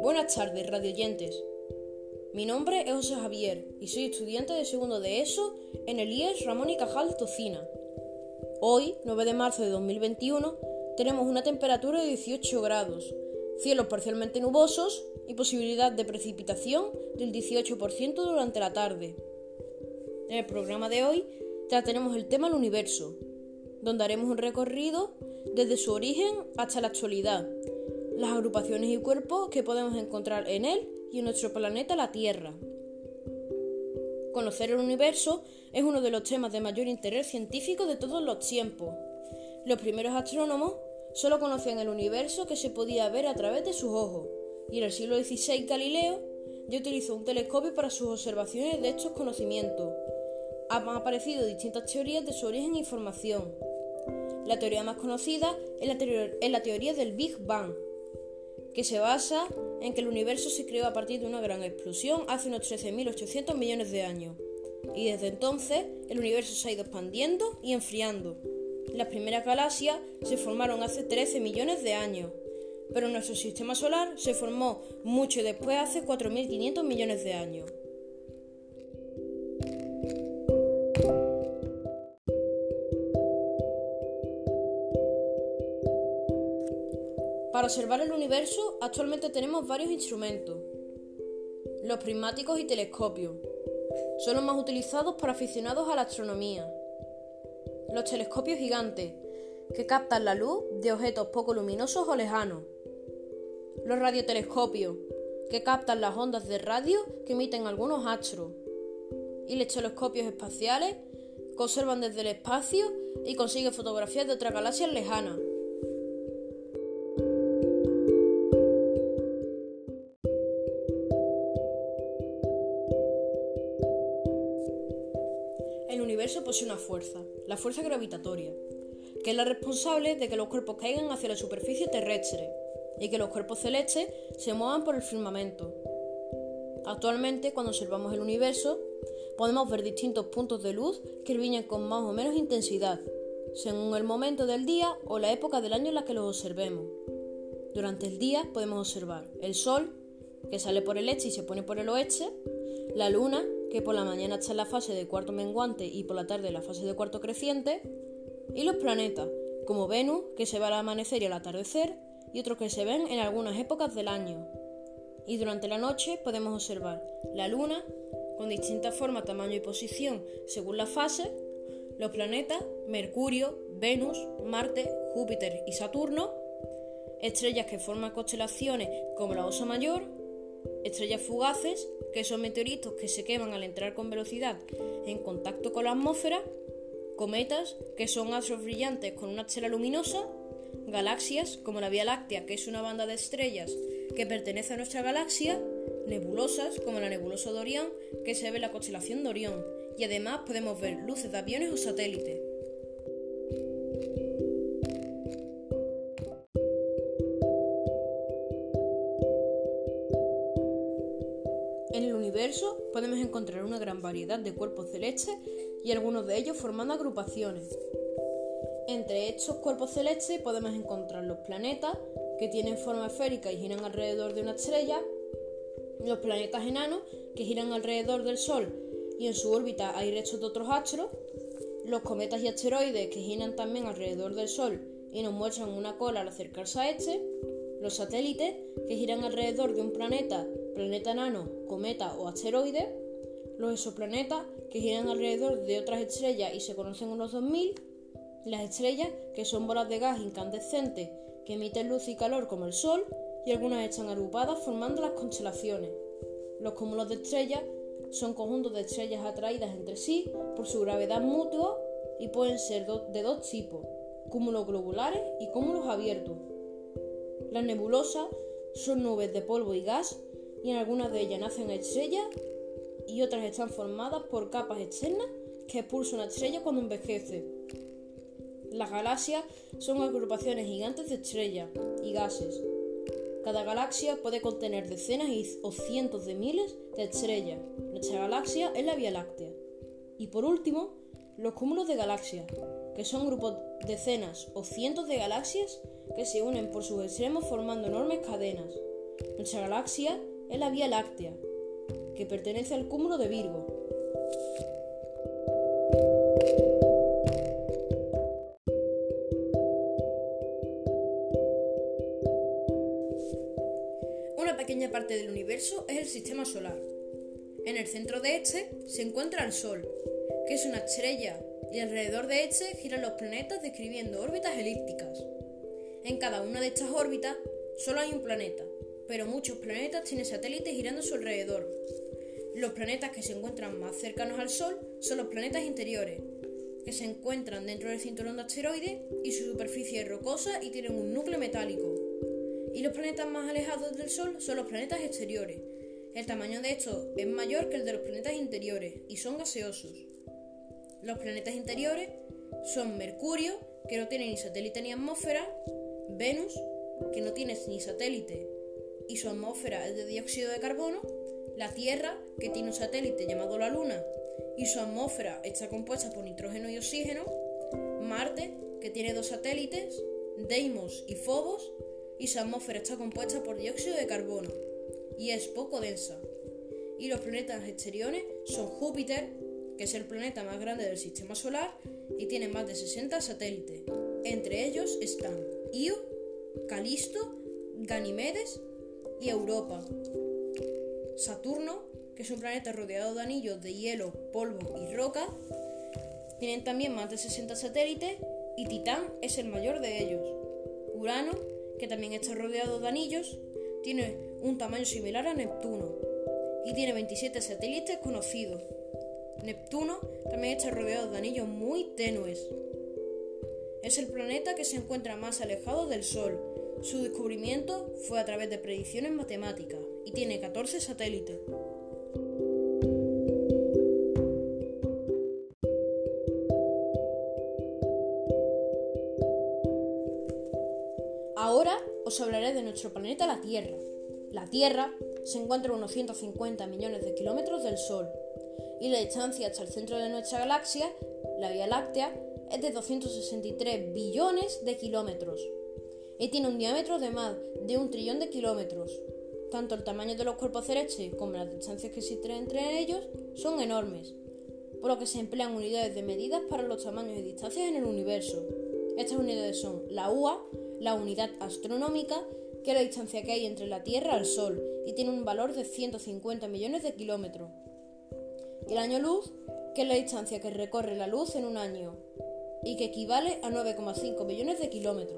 Buenas tardes, radioyentes. Mi nombre es José Javier y soy estudiante de segundo de ESO en el IES Ramón y Cajal Tocina. Hoy, 9 de marzo de 2021, tenemos una temperatura de 18 grados, cielos parcialmente nubosos y posibilidad de precipitación del 18% durante la tarde. En el programa de hoy trataremos el tema del universo, donde haremos un recorrido desde su origen hasta la actualidad, las agrupaciones y cuerpos que podemos encontrar en él y en nuestro planeta la Tierra. Conocer el universo es uno de los temas de mayor interés científico de todos los tiempos. Los primeros astrónomos solo conocían el universo que se podía ver a través de sus ojos, y en el siglo XVI Galileo ya utilizó un telescopio para sus observaciones de estos conocimientos. Han aparecido distintas teorías de su origen y formación. La teoría más conocida es la teoría del Big Bang, que se basa en que el universo se creó a partir de una gran explosión hace unos 13.800 millones de años, y desde entonces el universo se ha ido expandiendo y enfriando. Las primeras galaxias se formaron hace 13 millones de años, pero nuestro sistema solar se formó mucho después, hace 4.500 millones de años. Para observar el universo, actualmente tenemos varios instrumentos. Los prismáticos y telescopios son los más utilizados por aficionados a la astronomía. Los telescopios gigantes, que captan la luz de objetos poco luminosos o lejanos. Los radiotelescopios, que captan las ondas de radio que emiten algunos astros. Y los telescopios espaciales, que observan desde el espacio y consiguen fotografías de otras galaxias lejanas. El universo posee una fuerza, la fuerza gravitatoria, que es la responsable de que los cuerpos caigan hacia la superficie terrestre y que los cuerpos celestes se muevan por el firmamento. Actualmente, cuando observamos el universo, podemos ver distintos puntos de luz que brillan con más o menos intensidad, según el momento del día o la época del año en la que los observemos. Durante el día podemos observar el Sol, que sale por el este y se pone por el oeste, la Luna, que por la mañana está en la fase de cuarto menguante y por la tarde en la fase de cuarto creciente, y los planetas, como Venus, que se ve al amanecer y al atardecer, y otros que se ven en algunas épocas del año. Y durante la noche podemos observar la Luna, con distintas formas, tamaño y posición según la fase, los planetas Mercurio, Venus, Marte, Júpiter y Saturno, estrellas que forman constelaciones como la Osa Mayor, estrellas fugaces, que son meteoritos que se queman al entrar con velocidad en contacto con la atmósfera, cometas, que son astros brillantes con una estela luminosa, galaxias, como la Vía Láctea, que es una banda de estrellas que pertenece a nuestra galaxia, nebulosas, como la nebulosa de Orión, que se ve en la constelación de Orión, y además podemos ver luces de aviones o satélites. En el universo podemos encontrar una gran variedad de cuerpos celestes y algunos de ellos formando agrupaciones. Entre estos cuerpos celestes podemos encontrar los planetas, que tienen forma esférica y giran alrededor de una estrella, los planetas enanos, que giran alrededor del Sol y en su órbita hay restos de otros astros, los cometas y asteroides, que giran también alrededor del Sol y nos muestran una cola al acercarse a este, los satélites, que giran alrededor de un planeta enano, cometa o asteroide, los exoplanetas, que giran alrededor de otras estrellas y se conocen unos 2000, las estrellas, que son bolas de gas incandescentes que emiten luz y calor como el Sol, y algunas están agrupadas formando las constelaciones. Los cúmulos de estrellas son conjuntos de estrellas atraídas entre sí por su gravedad mutua y pueden ser de dos tipos, cúmulos globulares y cúmulos abiertos. Las nebulosas son nubes de polvo y gas, y en algunas de ellas nacen estrellas y otras están formadas por capas externas que expulsa una estrella cuando envejece. Las galaxias son agrupaciones gigantes de estrellas y gases. Cada galaxia puede contener decenas o cientos de miles de estrellas. Nuestra galaxia es la Vía Láctea. Y por último, los cúmulos de galaxias, que son grupos de decenas o cientos de galaxias que se unen por sus extremos formando enormes cadenas. Nuestra galaxia es la Vía Láctea, que pertenece al cúmulo de Virgo. Una pequeña parte del universo es el sistema solar. En el centro de este se encuentra el Sol, que es una estrella, y alrededor de este giran los planetas describiendo órbitas elípticas. En cada una de estas órbitas solo hay un planeta, pero muchos planetas tienen satélites girando a su alrededor. Los planetas que se encuentran más cercanos al Sol son los planetas interiores, que se encuentran dentro del cinturón de asteroides y su superficie es rocosa y tienen un núcleo metálico. Y los planetas más alejados del Sol son los planetas exteriores. El tamaño de estos es mayor que el de los planetas interiores y son gaseosos. Los planetas interiores son Mercurio, que no tiene ni satélite ni atmósfera, Venus, que no tiene ni satélite y su atmósfera es de dióxido de carbono, la Tierra, que tiene un satélite llamado la Luna y su atmósfera está compuesta por nitrógeno y oxígeno, Marte, que tiene 2 satélites, Deimos y Phobos, y su atmósfera está compuesta por dióxido de carbono y es poco densa. Y los planetas exteriores son Júpiter, que es el planeta más grande del sistema solar y tiene más de 60 satélites. Entre ellos están Io, Calisto, Ganimedes y Europa. Saturno, que es un planeta rodeado de anillos de hielo, polvo y roca, tienen también más de 60 satélites y Titán es el mayor de ellos. Urano, que también está rodeado de anillos, tiene un tamaño similar a Neptuno y tiene 27 satélites conocidos. Neptuno también está rodeado de anillos muy tenues. Es el planeta que se encuentra más alejado del Sol. Su descubrimiento fue a través de predicciones matemáticas y tiene 14 satélites. Ahora os hablaré de nuestro planeta la Tierra. La Tierra se encuentra a unos 150 millones de kilómetros del Sol y la distancia hasta el centro de nuestra galaxia, la Vía Láctea, es de 263 billones de kilómetros y tiene un diámetro de más de 1 trillón de kilómetros. Tanto el tamaño de los cuerpos celestes como las distancias que existen entre ellos son enormes, por lo que se emplean unidades de medidas para los tamaños y distancias en el universo. Estas unidades son la UA, la unidad astronómica, que es la distancia que hay entre la Tierra al Sol y tiene un valor de 150 millones de kilómetros, y el año luz, que es la distancia que recorre la luz en un año y que equivale a 9,5 millones de kilómetros.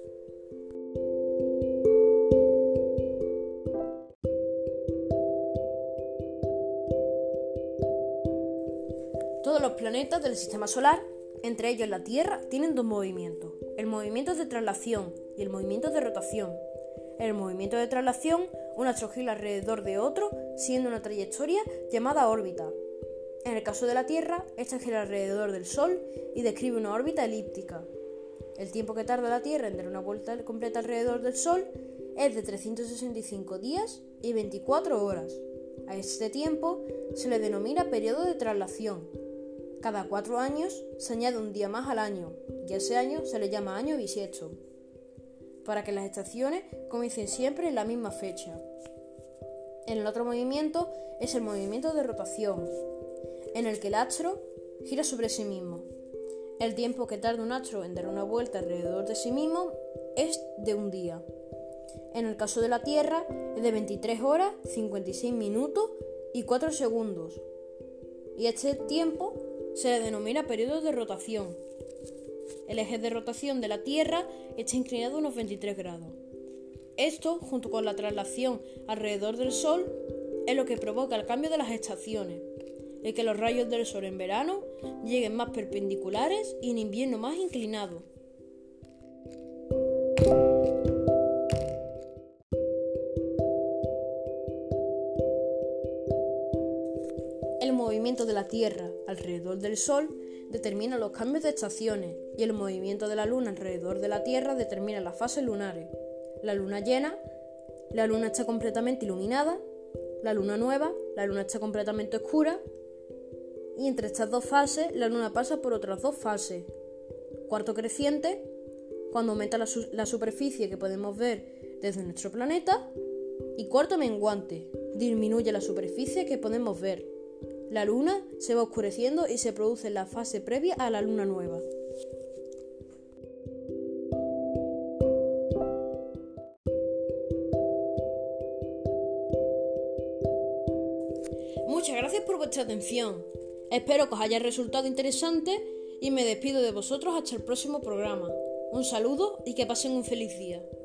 Todos los planetas del sistema solar, entre ellos la Tierra, tienen 2 movimientos: el movimiento de traslación y el movimiento de rotación. En el movimiento de traslación, un astro gira alrededor de otro, siguiendo una trayectoria llamada órbita. En el caso de la Tierra, esta gira alrededor del Sol y describe una órbita elíptica. El tiempo que tarda la Tierra en dar una vuelta completa alrededor del Sol es de 365 días y 24 horas. A este tiempo se le denomina periodo de traslación. Cada 4 años se añade un día más al año y a ese año se le llama año bisiesto, para que las estaciones comiencen siempre en la misma fecha. En el otro movimiento es el movimiento de rotación, en el que el astro gira sobre sí mismo. El tiempo que tarda un astro en dar una vuelta alrededor de sí mismo es de un día. En el caso de la Tierra es de 23 horas, 56 minutos y 4 segundos. Y este tiempo se le denomina periodo de rotación. El eje de rotación de la Tierra está inclinado unos 23 grados. Esto, junto con la traslación alrededor del Sol, es lo que provoca el cambio de las estaciones, el que los rayos del Sol en verano lleguen más perpendiculares y en invierno más inclinados. El movimiento de la Tierra alrededor del Sol determina los cambios de estaciones y el movimiento de la Luna alrededor de la Tierra determina las fases lunares. La luna llena, la Luna está completamente iluminada; la luna nueva, la Luna está completamente oscura; y entre estas 2 fases la Luna pasa por otras 2 fases. Cuarto creciente, cuando aumenta la superficie que podemos ver desde nuestro planeta; Y cuarto menguante, disminuye la superficie que podemos ver. La luna se va oscureciendo y se produce la fase previa a la luna nueva. Muchas gracias por vuestra atención. Espero que os haya resultado interesante y me despido de vosotros hasta el próximo programa. Un saludo y que pasen un feliz día.